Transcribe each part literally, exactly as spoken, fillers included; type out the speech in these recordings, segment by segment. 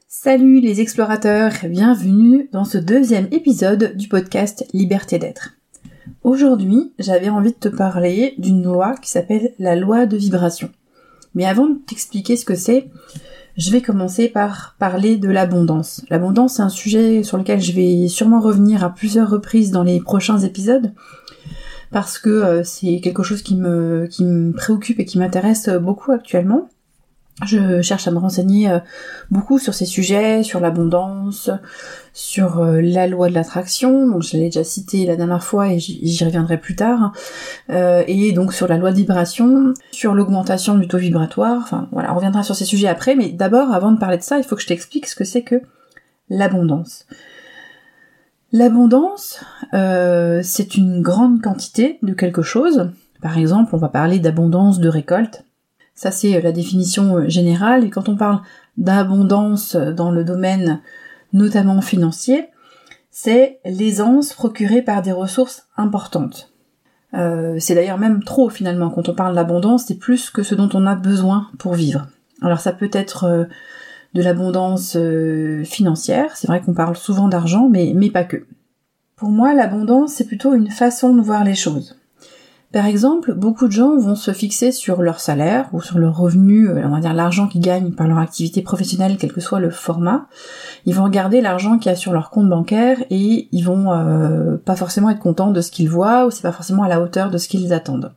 Salut les explorateurs, bienvenue dans ce deuxième épisode du podcast Liberté d'être. Aujourd'hui, j'avais envie de te parler d'une loi qui s'appelle la loi de vibration. Mais avant de t'expliquer ce que c'est, je vais commencer par parler de l'abondance. L'abondance, c'est un sujet sur lequel je vais sûrement revenir à plusieurs reprises dans les prochains épisodes, parce que euh, c'est quelque chose qui me, qui me préoccupe et qui m'intéresse beaucoup actuellement. Je cherche à me renseigner euh, beaucoup sur ces sujets, sur l'abondance, sur euh, la loi de l'attraction, donc je l'ai déjà cité la dernière fois et j'y, j'y reviendrai plus tard, euh, et donc sur la loi de vibration, sur l'augmentation du taux vibratoire, enfin voilà, on reviendra sur ces sujets après, mais d'abord, avant de parler de ça, il faut que je t'explique ce que c'est que l'abondance. L'abondance, euh, c'est une grande quantité de quelque chose. Par exemple, on va parler d'abondance de récolte. Ça, c'est la définition générale. Et quand on parle d'abondance dans le domaine notamment financier, c'est l'aisance procurée par des ressources importantes. Euh, c'est d'ailleurs même trop, finalement. Quand on parle d'abondance, c'est plus que ce dont on a besoin pour vivre. Alors, ça peut être euh, de l'abondance euh, financière. C'est vrai qu'on parle souvent d'argent, mais, mais pas que. Pour moi, l'abondance, c'est plutôt une façon de voir les choses. Par exemple, beaucoup de gens vont se fixer sur leur salaire ou sur leur revenu, on va dire l'argent qu'ils gagnent par leur activité professionnelle, quel que soit le format. Ils vont regarder l'argent qu'il y a sur leur compte bancaire et ils vont euh, pas forcément être contents de ce qu'ils voient ou c'est pas forcément à la hauteur de ce qu'ils attendent.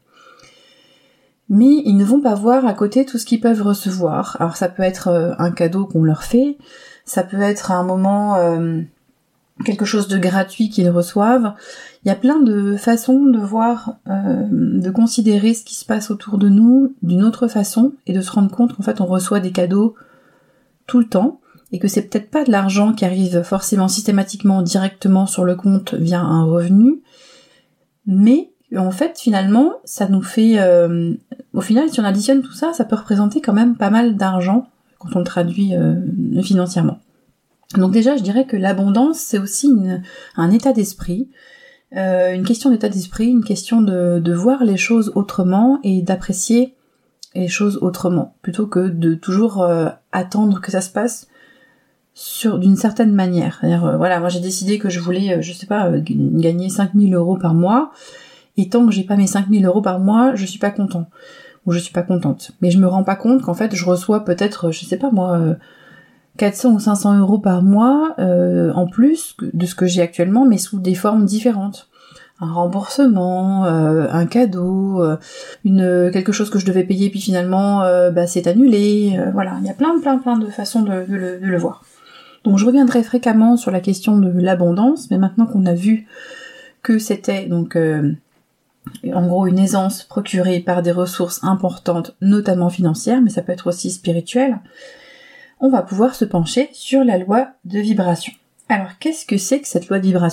Mais ils ne vont pas voir à côté tout ce qu'ils peuvent recevoir. Alors ça peut être un cadeau qu'on leur fait, ça peut être à un moment euh, quelque chose de gratuit qu'ils reçoivent. Il y a plein de façons de voir, euh, de considérer ce qui se passe autour de nous d'une autre façon et de se rendre compte qu'en fait on reçoit des cadeaux tout le temps et que c'est peut-être pas de l'argent qui arrive forcément systématiquement directement sur le compte via un revenu, mais en fait finalement ça nous fait, euh, au final si on additionne tout ça, ça peut représenter quand même pas mal d'argent quand on le traduit euh, financièrement. Donc déjà je dirais que l'abondance c'est aussi une, un état d'esprit, Euh, une question d'état d'esprit, une question de, de voir les choses autrement et d'apprécier les choses autrement, plutôt que de toujours euh, attendre que ça se passe sur d'une certaine manière. C'est-à-dire, euh, voilà, moi j'ai décidé que je voulais, euh, je sais pas, euh, gagner cinq mille euros par mois, et tant que j'ai pas mes cinq mille euros par mois, je suis pas content, ou je suis pas contente. Mais je me rends pas compte qu'en fait je reçois peut-être, je sais pas moi, euh, quatre cents ou cinq cents euros par mois euh, en plus de ce que j'ai actuellement, mais sous des formes différentes. Un remboursement, euh, un cadeau, euh, une quelque chose que je devais payer puis finalement euh, bah, c'est annulé. Euh, voilà, il y a plein plein plein de façons de, de, le, de le voir. Donc je reviendrai fréquemment sur la question de l'abondance, mais maintenant qu'on a vu que c'était donc euh, en gros une aisance procurée par des ressources importantes, notamment financières, mais ça peut être aussi spirituel, on va pouvoir se pencher sur la loi de vibration. Alors, qu'est-ce que c'est que cette loi de vibration ?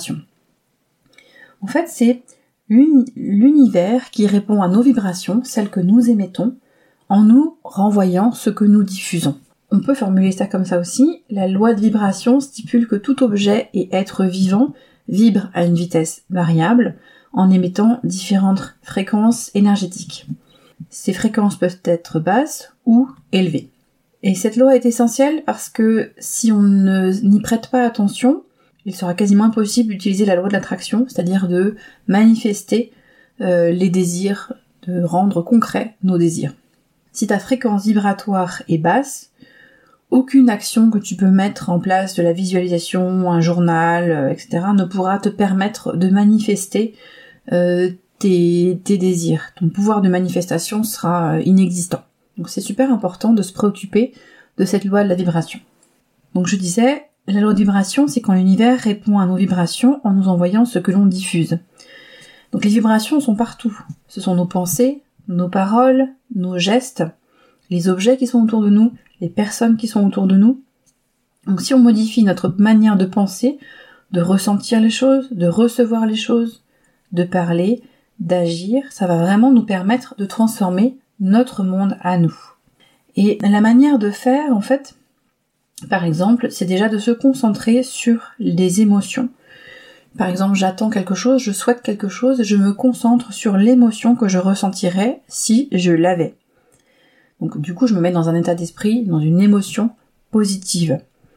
En fait, c'est l'univers qui répond à nos vibrations, celles que nous émettons, en nous renvoyant ce que nous diffusons. On peut formuler ça comme ça aussi. La loi de vibration stipule que tout objet et être vivant vibre à une vitesse variable en émettant différentes fréquences énergétiques. Ces fréquences peuvent être basses ou élevées. Et cette loi est essentielle parce que si on ne, n'y prête pas attention, il sera quasiment impossible d'utiliser la loi de l'attraction, c'est-à-dire de manifester euh, les désirs, de rendre concrets nos désirs. Si ta fréquence vibratoire est basse, aucune action que tu peux mettre en place, de la visualisation, un journal, euh, et cetera, ne pourra te permettre de manifester euh, tes, tes désirs. Ton pouvoir de manifestation sera euh, inexistant. Donc c'est super important de se préoccuper de cette loi de la vibration. Donc je disais, la loi de vibration, c'est quand l'univers répond à nos vibrations en nous envoyant ce que l'on diffuse. Donc les vibrations sont partout. Ce sont nos pensées, nos paroles, nos gestes, les objets qui sont autour de nous, les personnes qui sont autour de nous. Donc si on modifie notre manière de penser, de ressentir les choses, de recevoir les choses, de parler, d'agir, ça va vraiment nous permettre de transformer notre monde à nous. Et la manière de faire, en fait, par exemple, c'est déjà de se concentrer sur les émotions. Par exemple, j'attends quelque chose, je souhaite quelque chose, je me concentre sur l'émotion que je ressentirais si je l'avais. Donc du coup, je me mets dans un état d'esprit, dans une émotion positive.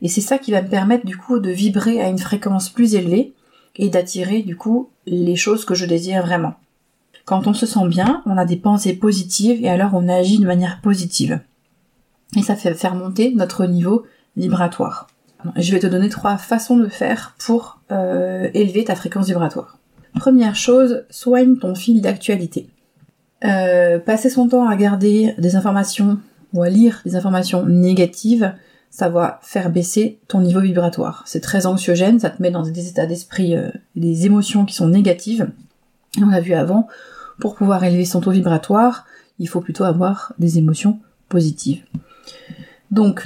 Et c'est ça qui va me permettre du coup de vibrer à une fréquence plus élevée et d'attirer du coup les choses que je désire vraiment. Quand on se sent bien, on a des pensées positives et alors on agit de manière positive. Et ça fait faire monter notre niveau vibratoire. Je vais te donner trois façons de faire pour euh, élever ta fréquence vibratoire. Première chose, soigne ton fil d'actualité. Euh, passer son temps à regarder des informations ou à lire des informations négatives, ça va faire baisser ton niveau vibratoire. C'est très anxiogène, ça te met dans des états d'esprit, euh, des émotions qui sont négatives. Et on l'a vu avant, pour pouvoir élever son taux vibratoire, il faut plutôt avoir des émotions positives. Donc,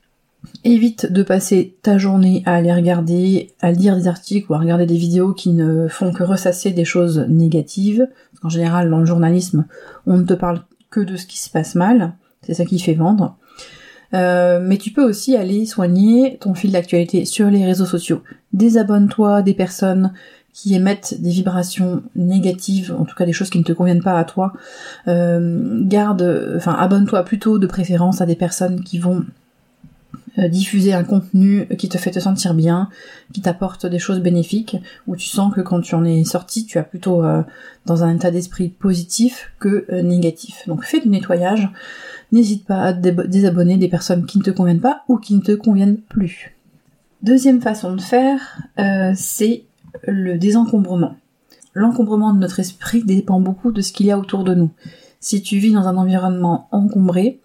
évite de passer ta journée à aller regarder, à lire des articles ou à regarder des vidéos qui ne font que ressasser des choses négatives. Parce qu'en général, dans le journalisme, on ne te parle que de ce qui se passe mal. C'est ça qui fait vendre. Euh, mais tu peux aussi aller soigner ton fil d'actualité sur les réseaux sociaux. Désabonne-toi des personnes qui émettent des vibrations négatives, en tout cas des choses qui ne te conviennent pas à toi. Euh, garde, enfin, abonne-toi plutôt de préférence à des personnes qui vont euh, diffuser un contenu qui te fait te sentir bien, qui t'apporte des choses bénéfiques, où tu sens que quand tu en es sorti, tu as plutôt euh, dans un état d'esprit positif que euh, négatif. Donc fais du nettoyage, n'hésite pas à te dé- désabonner des personnes qui ne te conviennent pas ou qui ne te conviennent plus. Deuxième façon de faire, euh, c'est le désencombrement. L'encombrement de notre esprit dépend beaucoup de ce qu'il y a autour de nous. Si tu vis dans un environnement encombré,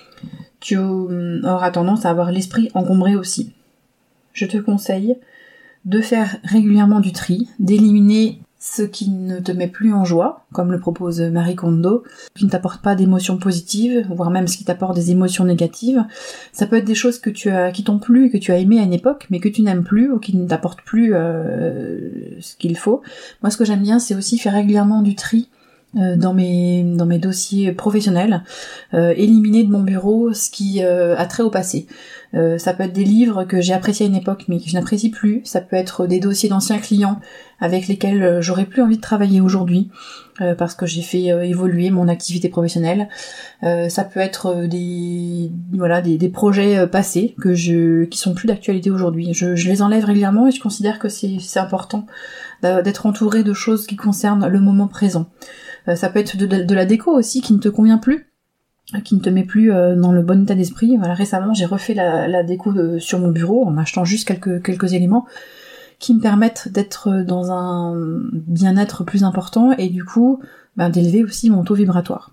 tu auras tendance à avoir l'esprit encombré aussi. Je te conseille de faire régulièrement du tri, d'éliminer ce qui ne te met plus en joie, comme le propose Marie Kondo, qui ne t'apporte pas d'émotions positives, voire même ce qui t'apporte des émotions négatives. Ça peut être des choses que tu as, qui t'ont plu, que tu as aimé à une époque, mais que tu n'aimes plus ou qui ne t'apportent plus euh, ce qu'il faut. Moi, ce que j'aime bien, c'est aussi faire régulièrement du tri euh, dans mes dans mes dossiers professionnels, euh, éliminer de mon bureau ce qui euh, a trait au passé. Euh, ça peut être des livres que j'ai appréciés à une époque mais que je n'apprécie plus, ça peut être des dossiers d'anciens clients avec lesquels euh, j'aurais plus envie de travailler aujourd'hui euh, parce que j'ai fait euh, évoluer mon activité professionnelle. Euh, ça peut être des voilà des, des projets euh, passés que je qui sont plus d'actualité aujourd'hui. Je, je les enlève régulièrement et je considère que c'est c'est important d'être entouré de choses qui concernent le moment présent. Euh, ça peut être de, de, de la déco aussi qui ne te convient plus, qui ne te met plus euh, dans le bon état d'esprit. Voilà, récemment, j'ai refait la, la déco de, sur mon bureau en achetant juste quelques, quelques éléments qui me permettent d'être dans un bien-être plus important et du coup, ben, d'élever aussi mon taux vibratoire.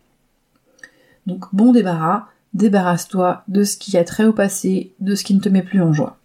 Donc, bon débarras, débarrasse-toi de ce qui a trait au passé, de ce qui ne te met plus en joie.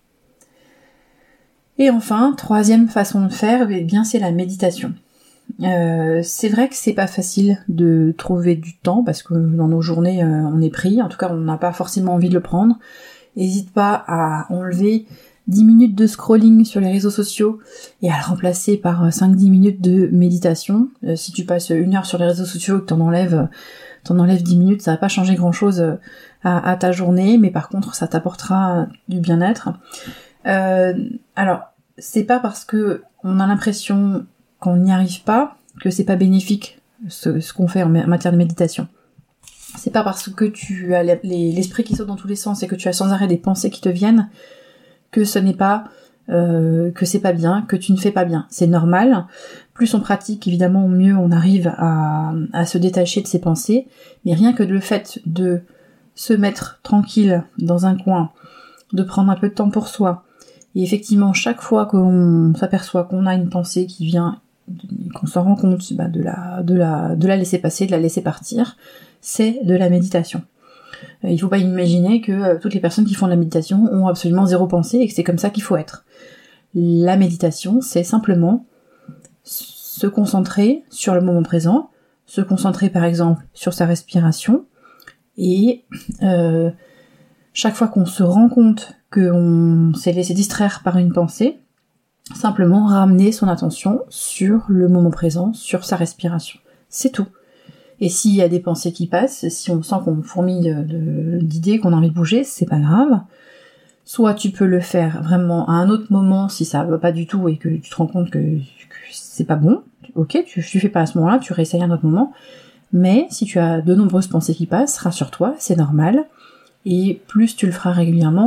Et enfin, troisième façon de faire, eh bien, c'est la méditation. Euh, c'est vrai que c'est pas facile de trouver du temps parce que dans nos journées euh, on est pris, en tout cas on n'a pas forcément envie de le prendre. N'hésite pas à enlever dix minutes de scrolling sur les réseaux sociaux et à le remplacer par cinq à dix minutes de méditation. Euh, si tu passes une heure sur les réseaux sociaux et que t'en enlèves, t'en enlèves dix minutes, ça va pas changer grand chose à, à ta journée, mais par contre ça t'apportera du bien-être. Euh, alors, c'est pas parce que on a l'impression qu'on n'y arrive pas, que c'est pas bénéfique ce, ce qu'on fait en matière de méditation. C'est pas parce que tu as l'esprit qui saute dans tous les sens et que tu as sans arrêt des pensées qui te viennent que ce n'est pas euh, que c'est pas bien, que tu ne fais pas bien. C'est normal. Plus on pratique, évidemment, mieux on arrive à, à se détacher de ses pensées. Mais rien que le fait de se mettre tranquille dans un coin, de prendre un peu de temps pour soi, et effectivement, chaque fois qu'on s'aperçoit qu'on a une pensée qui vient, qu'on s'en rend compte, bah, de la, de la, de la laisser passer, de la laisser partir, c'est de la méditation. Euh, il faut pas imaginer que euh, toutes les personnes qui font de la méditation ont absolument zéro pensée et que c'est comme ça qu'il faut être. La méditation, c'est simplement se concentrer sur le moment présent, se concentrer par exemple sur sa respiration, et euh, chaque fois qu'on se rend compte qu'on s'est laissé distraire par une pensée, simplement ramener son attention sur le moment présent, sur sa respiration. C'est tout. Et s'il y a des pensées qui passent, si on sent qu'on fourmille de, d'idées, qu'on a envie de bouger, c'est pas grave. Soit tu peux le faire vraiment à un autre moment si ça va pas du tout et que tu te rends compte que, que c'est pas bon. Ok, tu, tu fais pas à ce moment-là, tu réessayes à un autre moment. Mais si tu as de nombreuses pensées qui passent, rassure-toi, c'est normal. Et plus tu le feras régulièrement,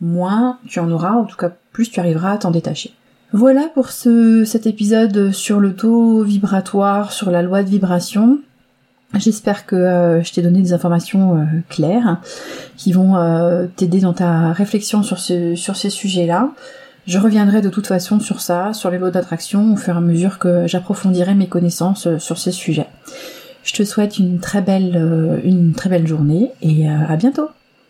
moins tu en auras, en tout cas plus tu arriveras à t'en détacher. Voilà pour ce, cet épisode sur le taux vibratoire, sur la loi de vibration. J'espère que euh, je t'ai donné des informations euh, claires qui vont euh, t'aider dans ta réflexion sur, ce, sur ces sujets-là. Je reviendrai de toute façon sur ça, sur les lois d'attraction, au fur et à mesure que j'approfondirai mes connaissances euh, sur ces sujets. Je te souhaite une très belle, euh, une très belle journée et euh, à bientôt.